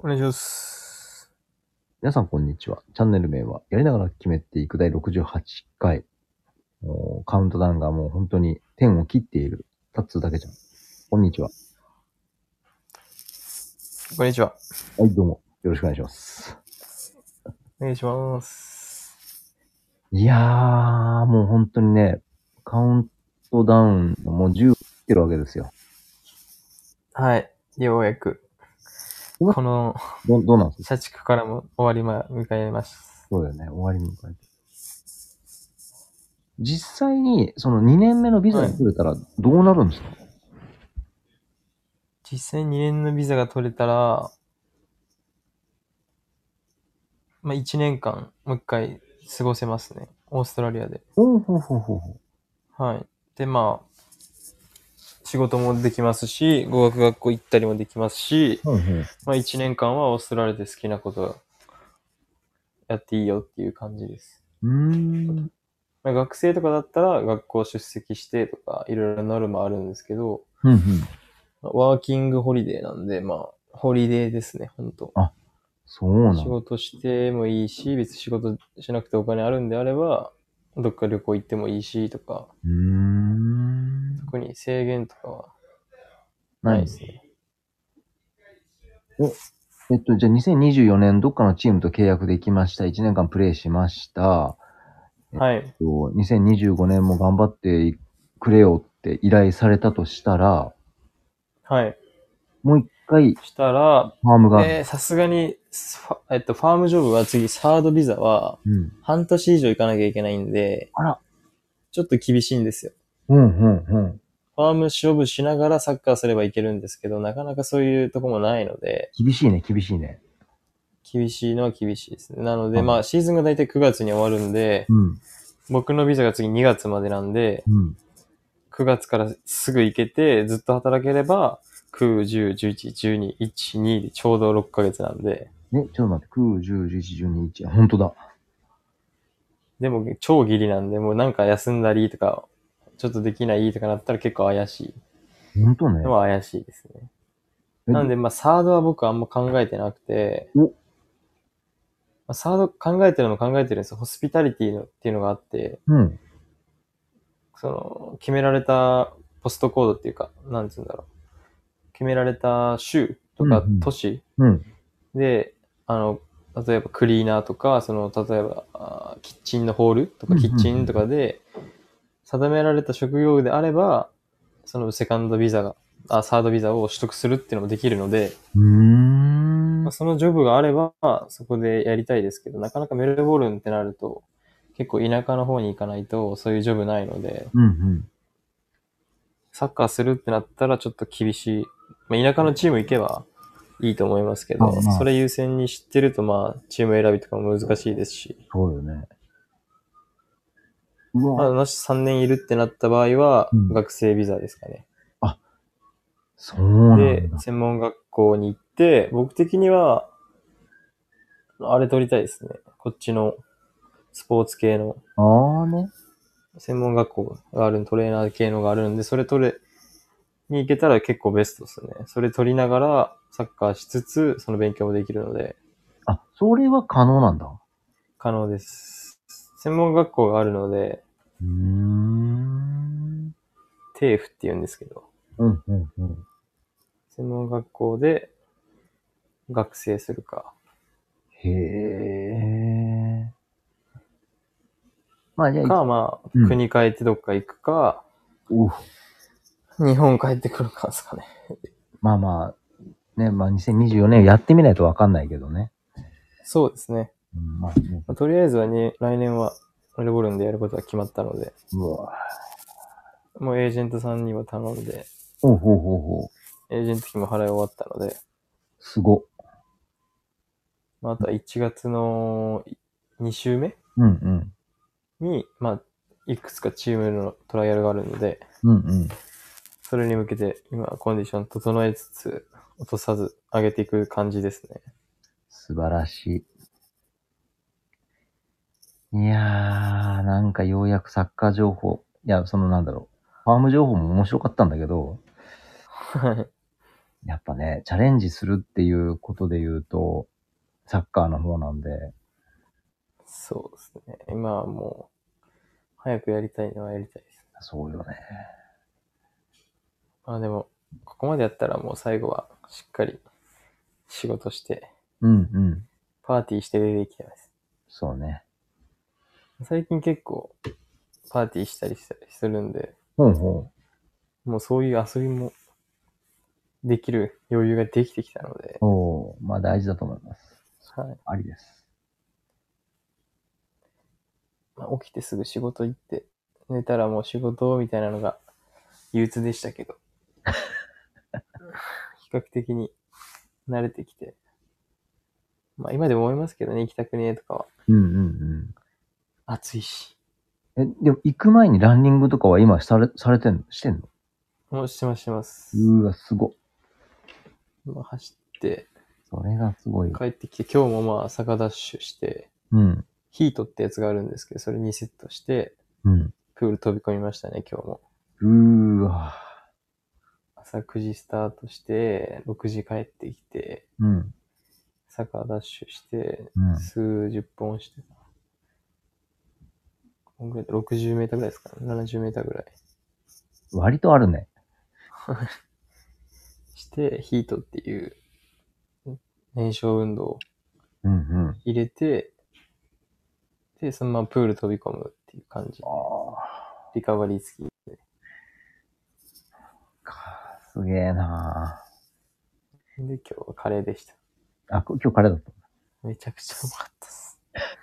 お願いします。 皆さんこんにちは。チャンネル名はやりながら決めていく第68回。もうカウントダウンがもう本当に10を切っている。タッツーだけじゃん。こんにちは。 こんにちは。 はい、どうも。よろしくお願いします。 お願いします。 いやー、もう本当にね、カウントダウンのもう10を切ってるわけですよ。 はい。ようやく、この、 どうなんですか？ 社畜からも終わり迎えます。 そうだよね。終わりに迎えて。実際に、その2年目のビザはい。 が取れたらどうなるんですか？ 実際2年のビザが取れたら、まあ1年間、もう一回過ごせますね。オーストラリアで。 ほうほうほうほうほはい。で、まあ、仕事もできますし、語学学校行ったりもできますし、 う。うんうん。 まあ1年間はオーストラリアで好きなことやっていいよっていう感じです。 うーん。 まあ、学生とかだったら学校出席してとか、いろいろノルマあるんですけど、 うんうん。 ワーキングホリデーなんで、まあ、ホリデーですね、本当あ、そうなんだ。 仕事してもいいし、別に仕事しなくてお金あるんであれば、どっか旅行行ってもいいしとか、 うーん。 特に制限とかはないで何？ すね。 じゃあ2024年どっかのチームと契約できました。1年間プレイしました。 はい。 2025年も頑張ってくれよって依頼されたとしたら、 はい。 もう一回したら、 ファームがある。 さすがに、ファームジョブは次、サードビザは、 うん。 半年以上行かなきゃいけないんで、 あら。 ちょっと厳しいんですよ。 うん、うん、うん。 ファーム勝負しながらサッカーすればいけるんですけど、なかなかそういうとこもないので、 厳しいね、厳しいね。 厳しいのは厳しいですね。なので、 あ、 まあ、シーズンが大体9月に終わるんで、 うん、 僕のビザが次2月までなんで、 うん。 9月からすぐ行けて、ずっと働ければ、9、10、11、12、1、2でちょうど6ヶ月なんで、 ちょっと待って、9、10、11、12、1。本当だ。 でも超ギリなんで、もうなんか休んだりとか、ちょっとできないとかなったら結構怪しい本当ね。 のは怪しいですね。 え、 なんで、まあ、サードは僕あんま考えてなくて、 お、 まあ、サード考えてるのも考えてるんですよ。ホスピタリティのっていうのがあって、 うん、 その、決められたポストコードっていうか、なんつうんだろう。決められた州とうん、 か都市うん、うん、 で、あの、例えばクリーナーとか、その、例えば、キッチンのホールとうん、 かキッチンとうん。 かで、定められた職業であれば、そのセカンドビザが、サードビザを取得するっていうのもできるので、 うーん、 まあ、そのジョブがあれば、そこでやりたいですけど、なかなかメルボルンってなると、結構田舎の方に行かないと、そういうジョブないので、 うん、うん。 サッカーするってなったらちょっと厳しい。まあ、田舎のチーム行けばいいと思いますけあ、 ど、 まあ、 それ優先に知ってるとまあ、チーム選びとかも難しいですし、 そうよね。うわ、 まあ、もし3年いるってなった場合は、 うん。 学生ビザですかね。 あ、そうなんで、 だ。 専門学校に行って、僕的には、あれ取りたいですね。こっちのスポーツ系のああね。 専門学校がある、トレーナー系のがあるんで、それ取れ、に行けたら結構ベストですね。それ取りながらサッカーしつつ、その勉強もできるので、 あ、それは可能なんだ。 可能です。専門学校があるので、 うーん。 テーフって言うんですけど、 うん、うん、うん。 専門学校で学生するか。 へえ。まあ、じゃあ、 か、まあ、 うん。 国変えてどっか行くか、 おう。 日本帰ってくるかですかね。 まあまあ、ね、まあ2024年やってみないとわかんないけどね。 そうですね。 うん、まあね。 まあ、とりあえずはね、来年はメルボルンでやることが決まったので、 うわ。 もうエージェントさんにも頼んで、 ほうほうほうほう。 エージェント費も払い終わったので、 すご。 まあ、あとは1月の2週目うんうん。 に、まあ、いくつかチームのトライアルがあるので、 うんうん。 それに向けて今コンディション整えつつ、落とさず上げていく感じですね。 素晴らしい。いやー、なんかようやくサッカー情報。いや、そのなんだろう。ファーム情報も面白かったんだけど、 はい。 やっぱね、チャレンジするっていうことで言うと、サッカーの方なんで。 そうですね。今はもう、早くやりたいのはやりたいです。 そうよね。 まあでも、ここまでやったらもう最後はしっかり仕事して、 うんうん。 パーティーして出ていきたいです。 そうね。 最近結構、パーティーしたりするんで、 ほうほもうそういう遊びもできる余裕ができてきたので、 う。おまあ大事だと思います。 はい。 ありです。 まあ、起きてすぐ仕事行って、寝たらもう仕事みたいなのが憂鬱でしたけど、比較的に慣れてきて、まあ今でも思いますけどね、行きたくねえとかは。 うんうんうん。 暑いし。 でも行く前にランニングとかは今されてんのしてんの？ もうしてますしてます。 うーわ、すご。 まあ走って、 それがすごいわ。 帰ってきて、今日もまあ坂ダッシュして、 うん。 ヒートってやつがあるんですけど、それ2セットして、 うん。 プール飛び込みましたね、今日も。 うーわ。 朝9時スタートして、6時帰ってきて、 うん。 坂ダッシュして、 うん。 数十本して、こんぐらい60メーターぐらいですかね。70メーターぐらい。 割とあるね。 して、ヒートっていう燃焼運動をうんうん。 入れて、で、そのままプール飛び込むっていう感じ。 ああ。 リカバリー付き。 すげえなで、今日はカレーでした。 今日カレーだった。 めちゃくちゃうまかったっす。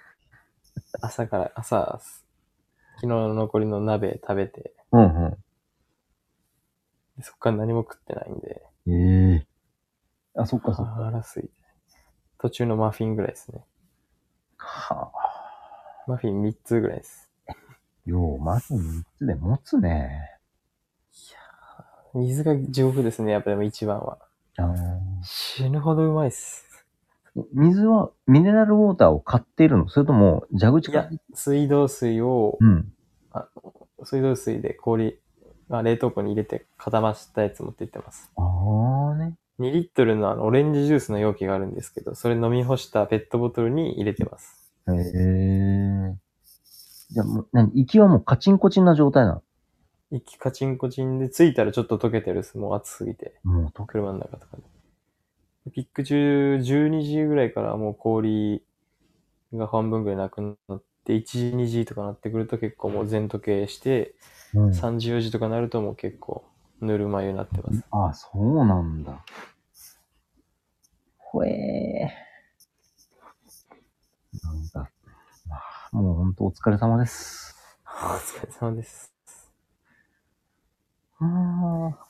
朝、昨日の残りの鍋食べて、 うんでそっから何も食ってないんで、 うん。ええあ、そっかそっか。 腹すいて。途中のマフィンぐらいですね。 はあ。 マフィン3つぐらいです。 よう、マフィン3つで持つね。 水が地獄ですね、やっぱでも一番は。 あ死ぬほどうまいっす。 水はミネラルウォーターを買っているの？それとも蛇口から？ いや、水道水を、 うん。 あ水道水で氷、冷凍庫に入れて固まったやつ持って行ってます。 ああね。 2リットルのオレンジジュースの容器があるんですけど、それ飲み干したペットボトルに入れてます。 へえ。じゃあもう、行きはもうカチンコチンな状態なの？ 息カチンコチンで着いたらちょっと溶けてるっす。もう暑すぎて。 もう溶け、 車の中とかで。ピック中12時ぐらいからもう氷が半分ぐらいなくなって、1時、2時とかなってくると結構もう全溶けして、 うん。 3時、4時とかなるともう結構ぬるま湯になってます。 あ、そうなんだ。ほえー。なんか、まあ、もう本当お疲れ様です。 お疲れ様です。 ああ。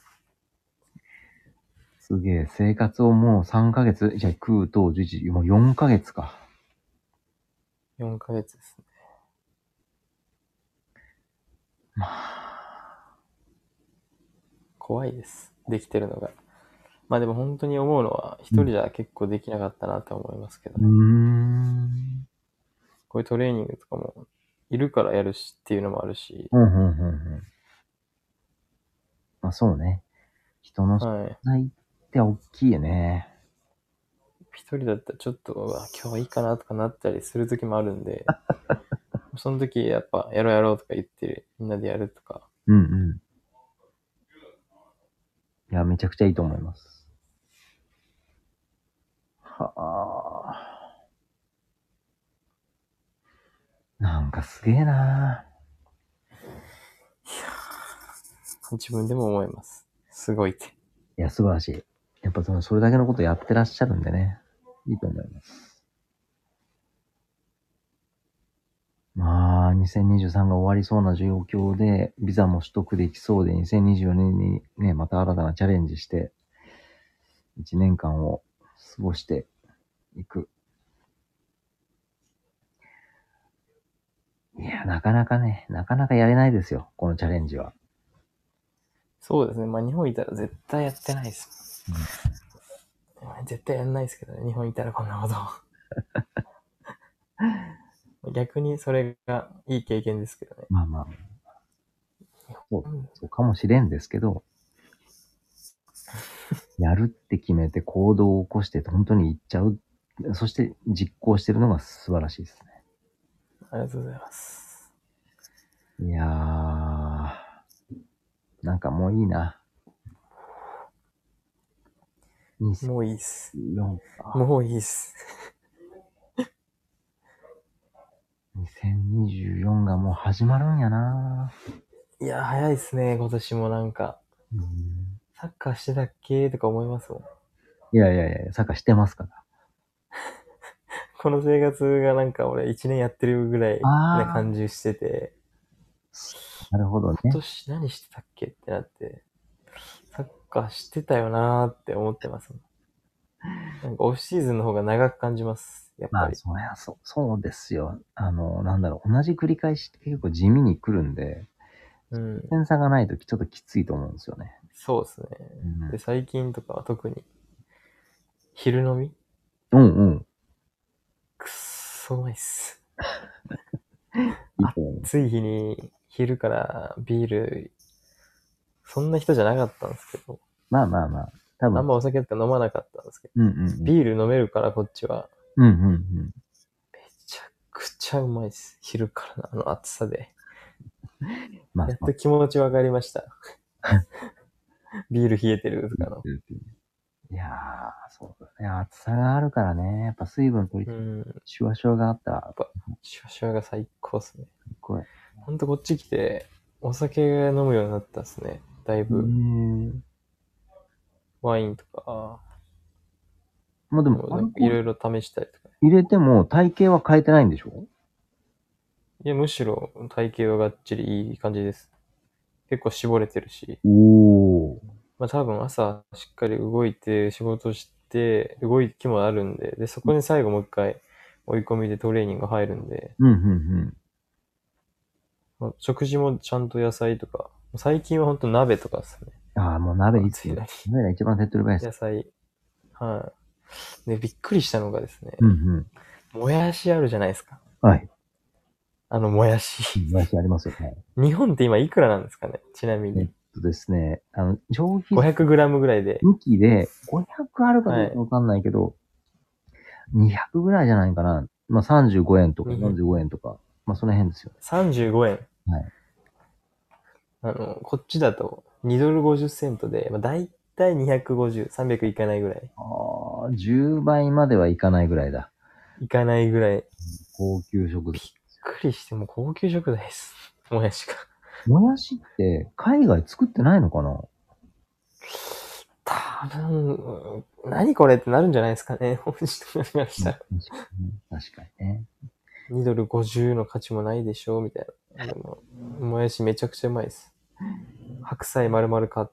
すげえ、生活をもう3ヶ月、じゃあ9と11、もう4ヶ月か。 4ヶ月ですね。 まあ、 怖いです。できてるのが。まあでも本当に思うのは、一うん。 人じゃ結構できなかったなと思いますけどうーね。 ん。 こういうトレーニングとかも、いるからやるしっていうのもあるし、 うん、うん、うん、うん。まあそうね。人の存はい。 在って大きいよね。 一人だったらちょっと、今日はいいかなとかなったりする時もあるんで、その時やっぱやろうやろうとか言ってる、みんなでやるとか。 うんうん。いや、めちゃくちゃいいと思います。はあ。なんかすげえな自分でも思います。すごいって。 いや、素晴らしい。やっぱそれだけのことやってらっしゃるんでね。いいと思います。まあ、2023が終わりそうな状況で、ビザも取得できそうで、2024年にね、また新たなチャレンジして、1年間を過ごしていく。いや、なかなかね、なかなかやれないですよ、このチャレンジは。 そうですね。まあ日本いたら絶対やってないです。 うん絶対やんないですけどね。日本いたらこんなこと。逆にそれがいい経験ですけどね。 まあまあ、 日そう、 本そうかもしれんですけど、 やるって決めて行動を起こして本当に行っちゃう。そして実行してるのが素晴らしいですね。 ありがとうございます。 いやー、なんかもういいな。 もういいっす。 2004か。 もういいっす。 2024がもう始まるんやな。 いや、早いっすね、今年もなんか。 うん、 サッカーしてたっけとか思いますもん。 いやいやいや、サッカーしてますから。 この生活がなんか俺1年やってるぐらいなあ感じしてて、 ー、なるほど今ね。 年何してたっけってなって、サッカーしてたよなーって思ってますもん。なんかオフシーズンの方が長く感じます。やっまあ、 ぱり。 そうですよ。なんだろう、同じ繰り返しって結構地味に来るんで、 うん。 点差がないときちょっときついと思うんですよね。 そうですね。で、最近とかは特に昼飲みうん。うんうん。 くっそうまいっす。 いいと思います。 暑い日に昼からビール、そんな人じゃなかったんですけど、 まあまあまあ、多分、 あんまお酒とか飲まなかったんですけど、 うんうんビール飲めるからこっちは、 うん。うんうんめちゃくちゃうまいっす。昼からのあの暑さで。 うん。まあ、 やっと気持ちわかりました。ビール冷えてるとかの。 いやー、そうだね。暑さがあるからね。やっぱ水分取り、 うん。 シュワシュワがあったら、 やっぱ、シュワシュワが最高っすね。 すっごい。 ほんとこっち来て、お酒飲むようになったっすね。だいぶ。 ん。 ワインとか、 まあでも、 もうなんかいアルコールろいろ試したりとか。 入れても体型は変えてないんでしょ？ いや、むしろ体型はがっちりいい感じです。結構絞れてるし。 おー。 まあ多分朝しっかり動いて仕事して、動きもあるんで、で、そこに最後もう一回追い込みでトレーニング入るんで、 うん、うん、 まあ、食事もちゃんと野菜とか、最近はほんと鍋とかですね。 うん。ああ、もう鍋いいっすね。 暑いのに。 鍋が一番手っ取り早いです。 野菜。はい。で、びっくりしたのがですね、 うん、 もやしあるじゃないですか。 うん。はい。 あのもやし。 もやしありますよね。 日本って今いくらなんですかねちなみに。 ですね、消費税 500グラムぐらいで。 抜きで500あるかどはい。 うかわかんないけど、200ぐらいじゃないかな。まあ、35円とかに 45円とか、まあ、その辺ですよ 35円。 ね。はい。 こっちだと2ドル50セントで、まあ、だいたい250、300いかないぐらい。 ああ、10倍まではいかないぐらいだ。 いかないぐらい。 高級食びっ材。 くりしてもう高級食材です。もやしが。 もやしって海外作ってないのかな？ 多分、何これってなるんじゃないですかね。本日とかしうん、 たら。 確かにね。 2ドル50の価値もないでしょみたいな。でも、もやしめちゃくちゃうまいです。白菜丸々買って、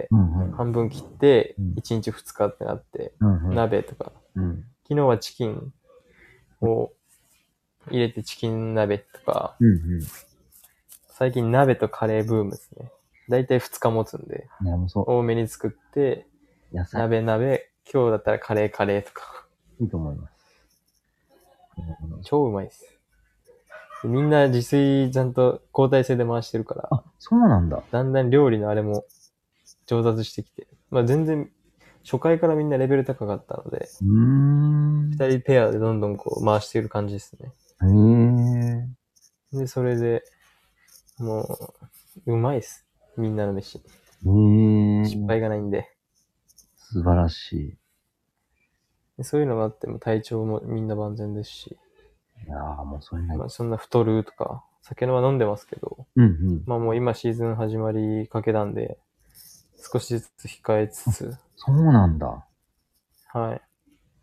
うんうん。 半分切って、 うん 1日2日ってなって、 うんうん。 鍋とか。 うん。 昨日はチキンを入れてチキン鍋とか、 うんう最近鍋とカレーブームですね。だいたい2日持つんで、 ん。いや、もうそ多めに作って、 う。野菜、 鍋、今日だったらカレーとか。 いいと思います。なるほど。 超うまいです。みんな自炊ちゃんと交代制で回してるから、 あ、そうなんだ。 だんだん料理のあれも上達してきて、まあ全然、初回からみんなレベル高かったので、 うーん。 二人ペアでどんどんこう回している感じですね。 へえ。 で、それで、もう、うまいです。みんなの飯。 へ失敗え。 がないんで。 素晴らしい。 でそういうのがあっても体調もみんな万全ですし、 いやーもうそれがいい。 まあそんな太るとか、酒のは飲んでますけど、 うんうん。 まあもう今シーズン始まりかけなんで、少しずつ控えつつ、 そうなんだ。 はい。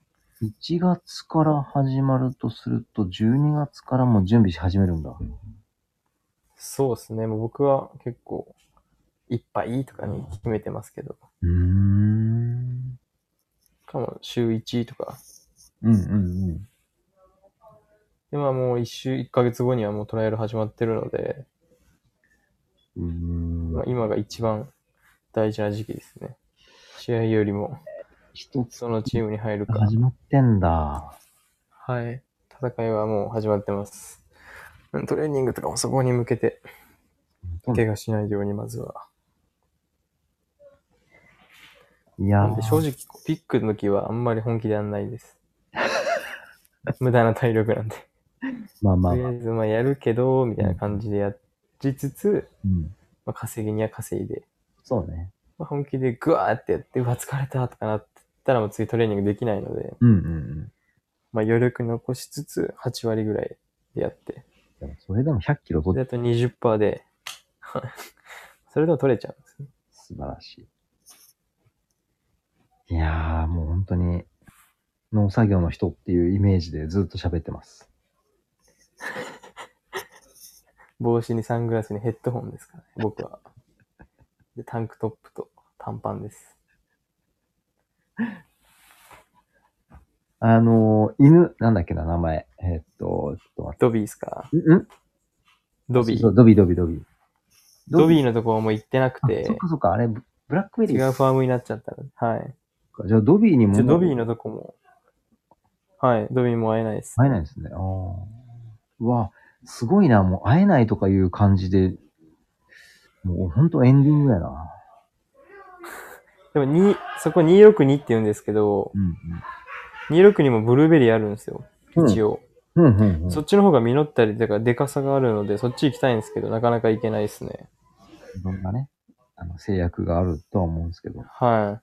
1月から始まるとすると、12月からもう準備し始めるんだ。 そうですね。もう僕は結構、一杯とかに決めてますけど、 うーん。 かも週1とか。 うんうんで、まあもう1ヶ月後にはもうトライアル始まってるので、 うん。 まあ、今が一番大事な時期ですね。試合よりも、 一つそのチームに入るか。 始まってんだ。 はい。戦いはもう始まってます。トレーニングとかもそこに向けて、怪我しないようにまずは。 いやなんで正ー、 直、ピックの時はあんまり本気でやんないです。無駄な体力なんで。 まあまあまあ。 とりあえず、まあやるけど、みたいなうん。 感じでやりつつ、 うん。 まあ稼ぎには稼いで、 そうね。 まあ、本気でグワーってやって、うわ、疲れたとかなってたらもう次トレーニングできないので、 うんうんまあ余力残しつつ、8割ぐらいでやって、 うん。それでも100キロ取で、 っあと20%で、それでも取れちゃうんですね。 素晴らしい。いやー、もう本当に農作業の人っていうイメージでずっと喋ってます。 帽子にサングラスにヘッドホンですからね、僕は。で、タンクトップと短パンです。 犬、なんだっけな、名前。ちょっと待ドビーですか？ って。 ドビー。 そうそう、ドビー、ドビー、ドビー。ドビー、 ドビーのところも行ってなくあ、そって、 かそっか、あれ、ブラックベリー違うファームになっちゃったので、はい。 か。じゃあ、ドビーにももうドビーのとこも、はい、ドビーも会えないですね。 会えないですね。ああ。うわ、すごいな、もう会えないとかいう感じで、もうほんとエンディングやな。 でもそこ262って言うんですけど、 うん 262もブルーベリーあるんですよ。 うん。 一応。 うん、うん、うん。 そっちの方が実ったり、だからデカさがあるので、そっち行きたいんですけど、なかなか行けないですね。 いろんなね、制約があるとは思うんですけど。 はい。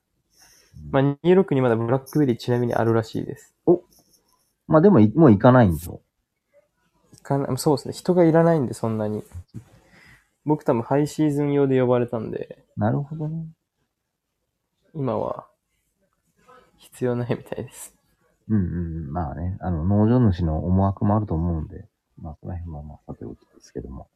まあ、262まだブラックベリーちなみにあるらしいです。 お、まあでももう行かないんでしょ？ そうですね。人がいらないんで、そんなに。僕多分ハイシーズン用で呼ばれたんで、 なるほどね。 今は必要ないみたいです。 うんうん。まあね、農場主の思惑もあると思うんで、まあその辺はまあさておきですけども。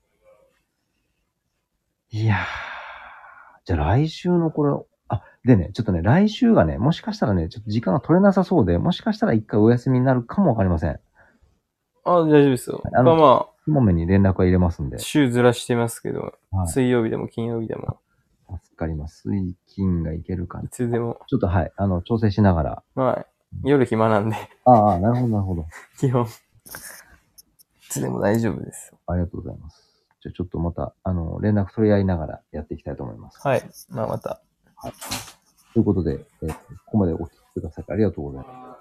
いやー、じゃあ来週のこれ、でね、ちょっとね、来週がね、もしかしたらね、ちょっと時間が取れなさそうで、もしかしたら一回お休みになるかもわかりません。 あ、大丈夫ですよ。 はいまあ、 こまめに連絡は入れますんで。 週ずらしてますけど、 はい。 水曜日でも金曜日でも、 助かります。水金がいけるかな。 いつでも、 ちょっとはい、調整しながら。 はい。夜暇なんで、 ああ、なるほど、なるほど。 基本、いつでも大丈夫ですよ。 ありがとうございます。じゃあちょっとまた、連絡取り合いながらやっていきたいと思います。 はい。まあまた。 ということで、ここまでお聞きくださってありがとうございます。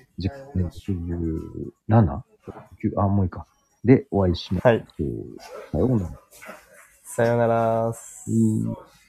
次回、97? あ、もういいか。で、お会いしましはい。 ょう。さようなら。 さよなら。 うん